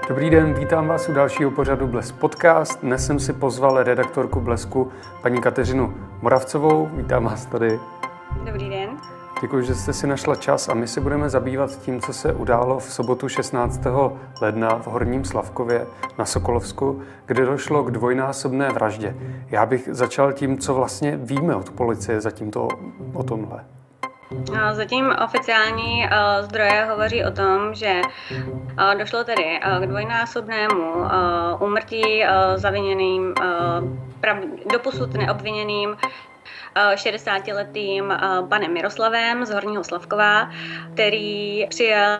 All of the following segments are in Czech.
Dobrý den, vítám vás u dalšího pořadu Blesk Podcast. Dnes jsem si pozval redaktorku Blesku, paní Kateřinu Moravcovou. Vítám vás tady. Dobrý den. Děkuji, že jste si našla čas a my se budeme zabývat tím, co se událo v sobotu 16. ledna v Horním Slavkově na Sokolovsku, kde došlo k dvojnásobné vraždě. Já bych začal tím, co vlastně víme od policie zatím o tomhle. Zatím oficiální zdroje hovoří o tom, že došlo tedy k dvojnásobnému úmrtí zaviněným, doposud neobviněným 60-letým panem Miroslavem z Horního Slavkova, který přijel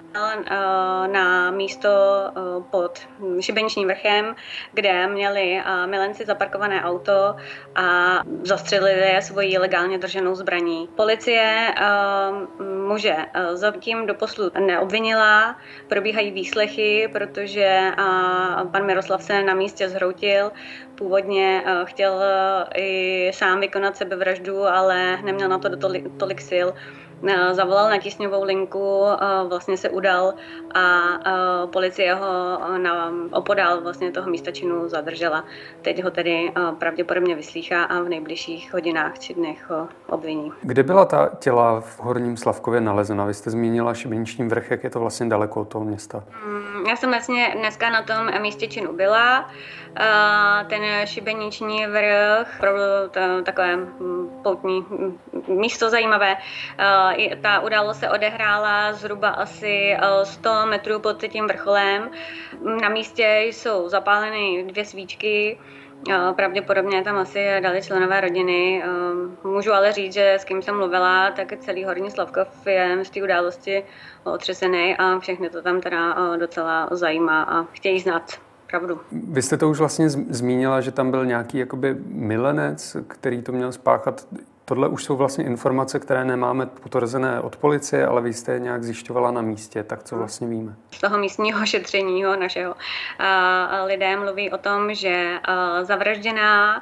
na místo pod Šibeničním vrchem, kde měli milenci zaparkované auto a zastřelili svoji legálně drženou zbraní. Policie muže zatím doposud neobvinila, probíhají výslechy, protože pan Miroslav se na místě zhroutil. Původně chtěl i sám vykonat sebevraždu, ale neměl na to tolik sil. Zavolal na tísňovou linku, vlastně se udal a policie ho opodál vlastně toho místa činu zadržela. Teď ho tedy pravděpodobně vyslýchá a v nejbližších hodinách či dnech ho obviní. Kde byla ta těla v Horním Slavkově nalezena? Vy jste zmínila Šibeniční vrch, jak je to vlastně daleko od toho města? Já jsem vlastně dneska na tom místě činu byla. Ten Šibeniční vrch, opravdu takové poutní místo zajímavé. Ta událost se odehrála zhruba asi 100 metrů pod tím vrcholem. Na místě jsou zapáleny 2 svíčky. Pravděpodobně tam asi dali členové rodiny. Můžu ale říct, že s kým jsem mluvila, tak celý Horní Slavkov je z té události otřesený a všechny to tam teda docela zajímá a chtějí znát pravdu. Vy jste to už vlastně zmínila, že tam byl nějaký jakoby milenec, který to měl spáchat. Tohle už jsou vlastně informace, které nemáme potvrzené od policie, ale vy jste je nějak zjišťovala na místě, tak co vlastně víme? Z toho místního šetření našeho lidé mluví o tom, že zavražděná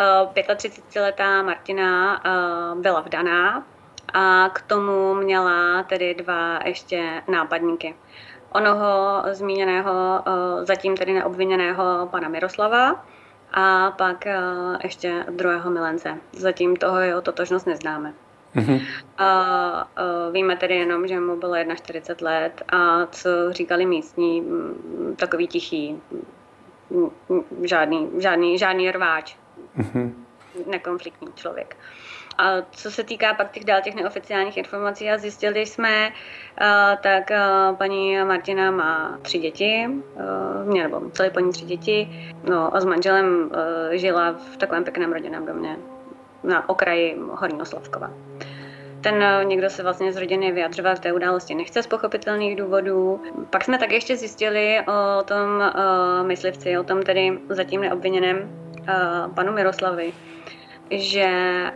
35letá Martina byla vdaná a k tomu měla tedy 2 ještě nápadníky. Onoho zmíněného, zatím tedy neobviněného pana Miroslava, a pak ještě druhého milence. Zatím toho jeho totožnost neznáme. Mm-hmm. Víme tedy jenom, že mu bylo 41 let a co říkali místní, takový tichý, žádný rváč, nekonfliktní člověk. A co se týká pak těch neoficiálních informací a zjistili jsme, tak paní Martina má 3 děti, nebo celý po ní 3 děti, no a s manželem žila v takovém pěkném rodinném domě na okraji Horního Slavkova. Ten někdo se vlastně z rodiny vyjadřovat v té události nechce z pochopitelných důvodů. Pak jsme tak ještě zjistili o tom myslivci, o tom tedy zatím neobviněném panu Miroslavi, že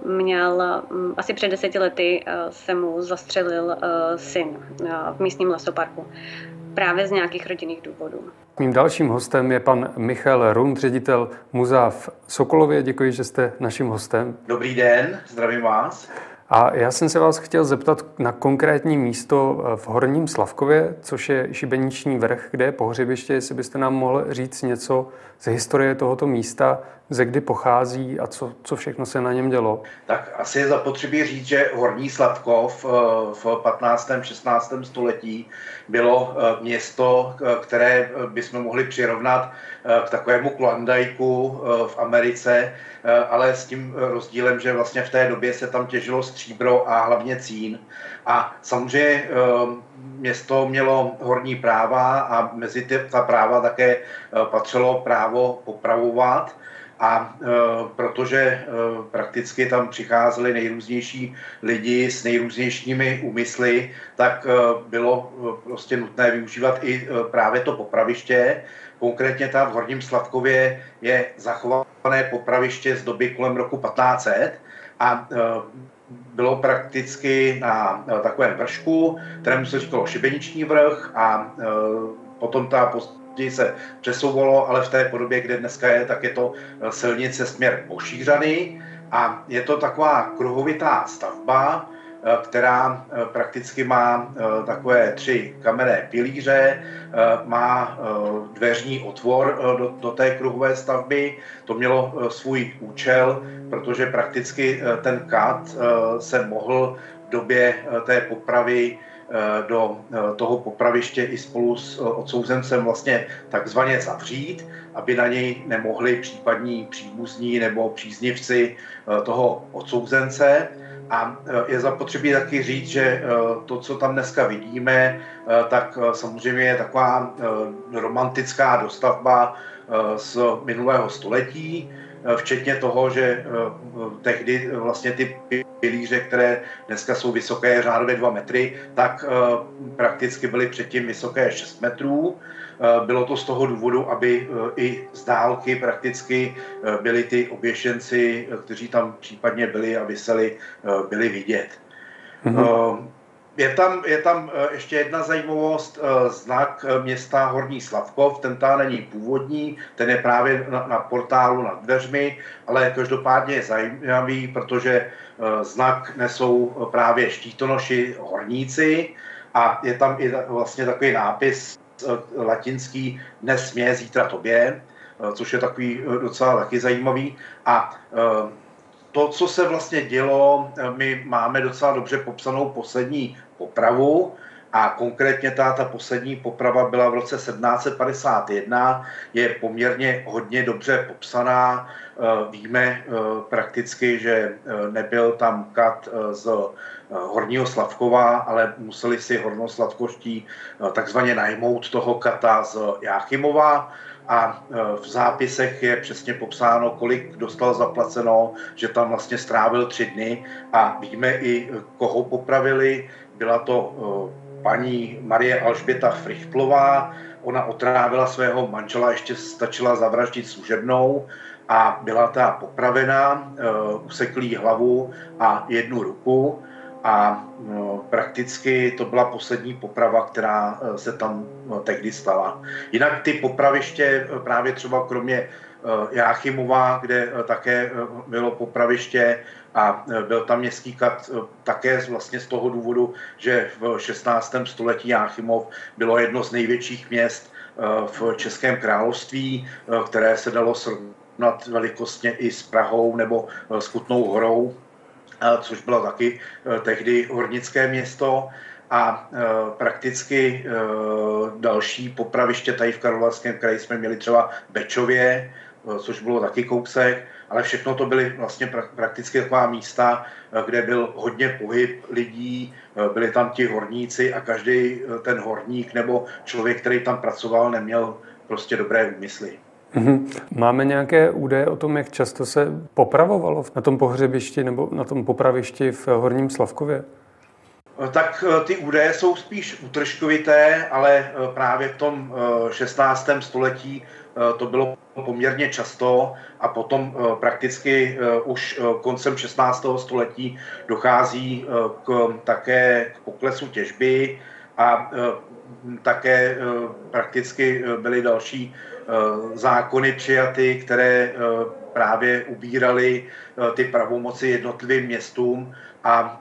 měl asi před 10 lety se mu zastřelil syn v místním lesoparku. Právě z nějakých rodinných důvodů. Mým dalším hostem je pan Michal Rund, ředitel muzea v Sokolově. Děkuji, že jste naším hostem. Dobrý den, zdravím vás. A já jsem se vás chtěl zeptat na konkrétní místo v Horním Slavkově, což je Šibeniční vrch, kde je pohřebiště, jestli byste nám mohl říct něco z historie tohoto místa, ze kdy pochází a co všechno se na něm dělo. Tak asi je zapotřebí říct, že Horní Slavkov v 15. 16. století bylo město, které bychom mohli přirovnat k takovému Klondajku v Americe, ale s tím rozdílem, že vlastně v té době se tam těžilo stříbro a hlavně cín. A samozřejmě město mělo horní práva a mezi ta práva také patřilo právo popravovat. A protože prakticky tam přicházeli nejrůznější lidi s nejrůznějšími úmysly, tak bylo prostě nutné využívat i právě to popraviště. Konkrétně tam v Horním Slavkově je zachované popraviště z doby kolem roku 1500 a bylo prakticky na takovém vršku, kterému se říkalo Šibeniční vrch a potom ta se přesouvalo, ale v té podobě, kde dneska je, tak je to silnice směr Pošířany a je to taková kruhovitá stavba, která prakticky má takové 3 kamenné pilíře, má dveřní otvor do té kruhové stavby. To mělo svůj účel, protože prakticky ten kat se mohl v době té popravy do toho popraviště i spolu s odsouzencem vlastně takzvaně zavřít, aby na něj nemohli případní příbuzní nebo příznivci toho odsouzence. A je zapotřebí taky říct, že to, co tam dneska vidíme, tak samozřejmě je taková romantická dostavba z minulého století, včetně toho, že tehdy vlastně ty pilíře, které dneska jsou vysoké řádově 2 metry, tak prakticky byly předtím vysoké 6 metrů. Bylo to z toho důvodu, aby i z dálky prakticky byli ty oběšenci, kteří tam případně byli a viseli, byli vidět. Mm-hmm. Je tam ještě jedna zajímavost, znak města Horní Slavkov, ten tam není původní, ten je právě na portálu nad dveřmi, ale každopádně je zajímavý, protože znak nesou právě štítonoši horníci a je tam i vlastně takový nápis latinský dnes mě, zítra tobě, což je takový docela taky zajímavý. A to, co se vlastně dělo, my máme docela dobře popsanou poslední popravu a konkrétně ta poslední poprava byla v roce 1751, je poměrně hodně dobře popsaná. Víme prakticky, že nebyl tam kat z Horního Slavkova, ale museli si hornoslavkoští takzvaně najmout toho kata z Jáchymova. A v zápisech je přesně popsáno, kolik dostal zaplaceno, že tam vlastně strávil 3 dny a víme i, koho popravili. Byla to paní Marie Alžběta Frichtlová, ona otrávila svého manžela, ještě stačila zavraždit služebnou a byla ta popravená, usekl jí hlavu a 1 ruku. A prakticky to byla poslední poprava, která se tam tehdy stala. Jinak ty popraviště právě třeba kromě Jáchymova, kde také bylo popraviště a byl tam městský kat také vlastně z toho důvodu, že v 16. století Jáchymov bylo jedno z největších měst v Českém království, které se dalo srovnat velikostně i s Prahou nebo s Kutnou Horou, což bylo taky tehdy hornické město. A prakticky další popraviště tady v Karlovarském kraji jsme měli třeba v Bečově, což bylo taky kousek, ale všechno to byly vlastně prakticky taková místa, kde byl hodně pohyb lidí, byli tam ti horníci a každý ten horník nebo člověk, který tam pracoval, neměl prostě dobré úmysly. Máme nějaké údaje o tom, jak často se popravovalo na tom pohřebišti nebo na tom popravišti v Horním Slavkově? Tak ty údaje jsou spíš útržkovité, ale právě v tom 16. století to bylo poměrně často a potom prakticky už koncem 16. století dochází také k poklesu těžby a také prakticky byly další zákony přijaty, které právě ubíraly ty pravomoci jednotlivým městům a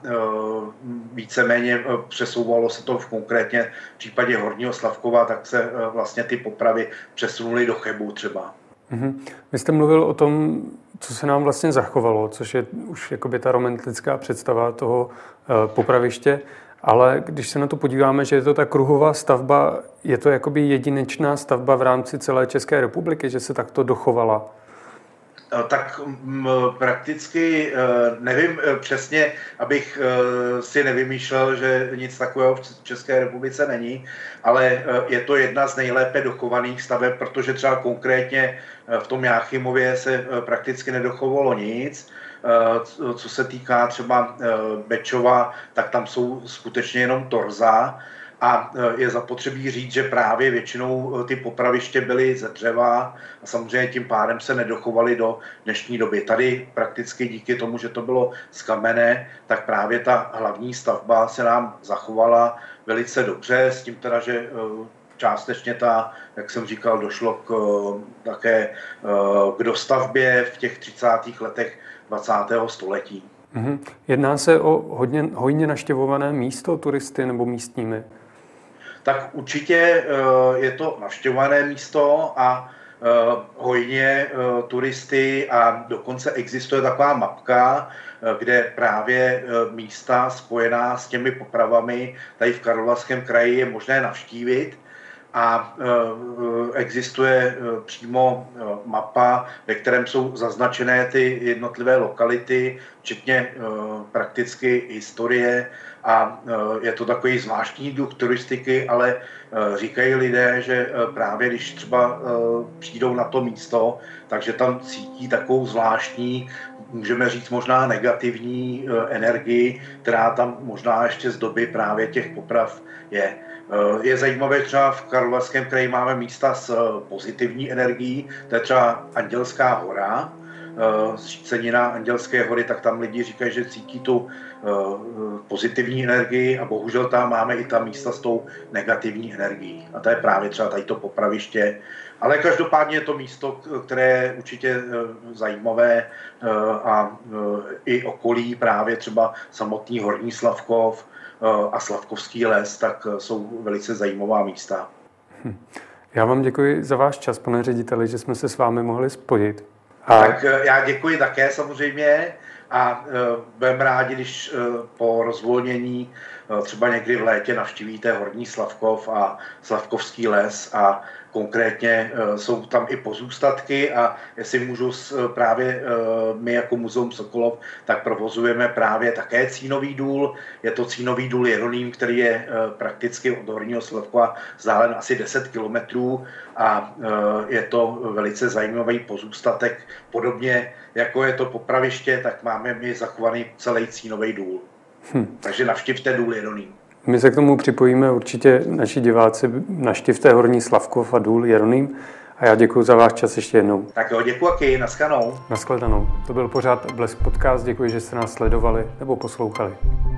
víceméně přesouvalo se to konkrétně v případě Horního Slavkova, tak se vlastně ty popravy přesunuly do Chebu třeba. Vy jste mluvil o tom, co se nám vlastně zachovalo, což je už jakoby ta romantická představa toho popraviště, ale když se na to podíváme, že je to ta kruhová stavba, je to jakoby jedinečná stavba v rámci celé České republiky, že se takto dochovala? Tak prakticky nevím přesně, abych si nevymýšlel, že nic takového v České republice není, ale je to jedna z nejlépe dochovaných staveb, protože třeba konkrétně v tom Jáchymově se prakticky nedochovalo nic. Co se týká třeba Bečova, tak tam jsou skutečně jenom torza. A je zapotřebí říct, že právě většinou ty popraviště byly ze dřeva a samozřejmě tím pádem se nedochovaly do dnešní doby. Tady prakticky díky tomu, že to bylo z kamene, tak právě ta hlavní stavba se nám zachovala velice dobře, s tím teda, že částečně jak jsem říkal, došlo také k dostavbě v těch 30. letech 20. století. Jedná se o hojně navštěvované místo turisty nebo místními? Tak určitě je to navštěvované místo a hojně turisty, a dokonce existuje taková mapka, kde právě místa spojená s těmi popravami tady v Karlovarském kraji je možné navštívit. A existuje přímo mapa, ve kterém jsou zaznačené ty jednotlivé lokality, včetně prakticky historie, a je to takový zvláštní druh turistiky, ale říkají lidé, že právě když třeba přijdou na to místo, takže tam cítí takovou zvláštní, můžeme říct možná negativní energii, která tam možná ještě z doby právě těch poprav je. Je zajímavé, třeba v Karlovarském kraji máme místa s pozitivní energií, to je třeba Andělská hora, cenina Andělské hory, tak tam lidi říkají, že cítí tu pozitivní energii, a bohužel tam máme i ta místa s tou negativní energií. A to je právě třeba tady to popraviště. Ale každopádně je to místo, které je určitě zajímavé, a i okolí právě třeba samotný Horní Slavkov a Slavkovský les, tak jsou velice zajímavá místa. Já vám děkuji za váš čas, pane řediteli, že jsme se s vámi mohli spojit. Tak já děkuji také samozřejmě, a budeme rádi, když po rozvolnění třeba někdy v létě navštívíte Horní Slavkov a Slavkovský les, a konkrétně jsou tam i pozůstatky, a jestli můžu právě my jako Muzeum Sokolov, tak provozujeme právě také Cínový důl. Je to Cínový důl Jeroným, který je prakticky od Horního Slavkova vzdálen asi 10 kilometrů, a je to velice zajímavý pozůstatek. Podobně jako je to popraviště, tak máme my zachovaný celý Cínový důl. Takže navštivte důl Jeroným. My se k tomu připojíme, určitě naši diváci, navštivte Horní Slavkov a důl Jeroným, a já děkuji za váš čas ještě jednou. Tak jo, děkuji, naschledanou. Naschledanou. To byl pořád Blesk Podcast, děkuji, že jste nás sledovali nebo poslouchali.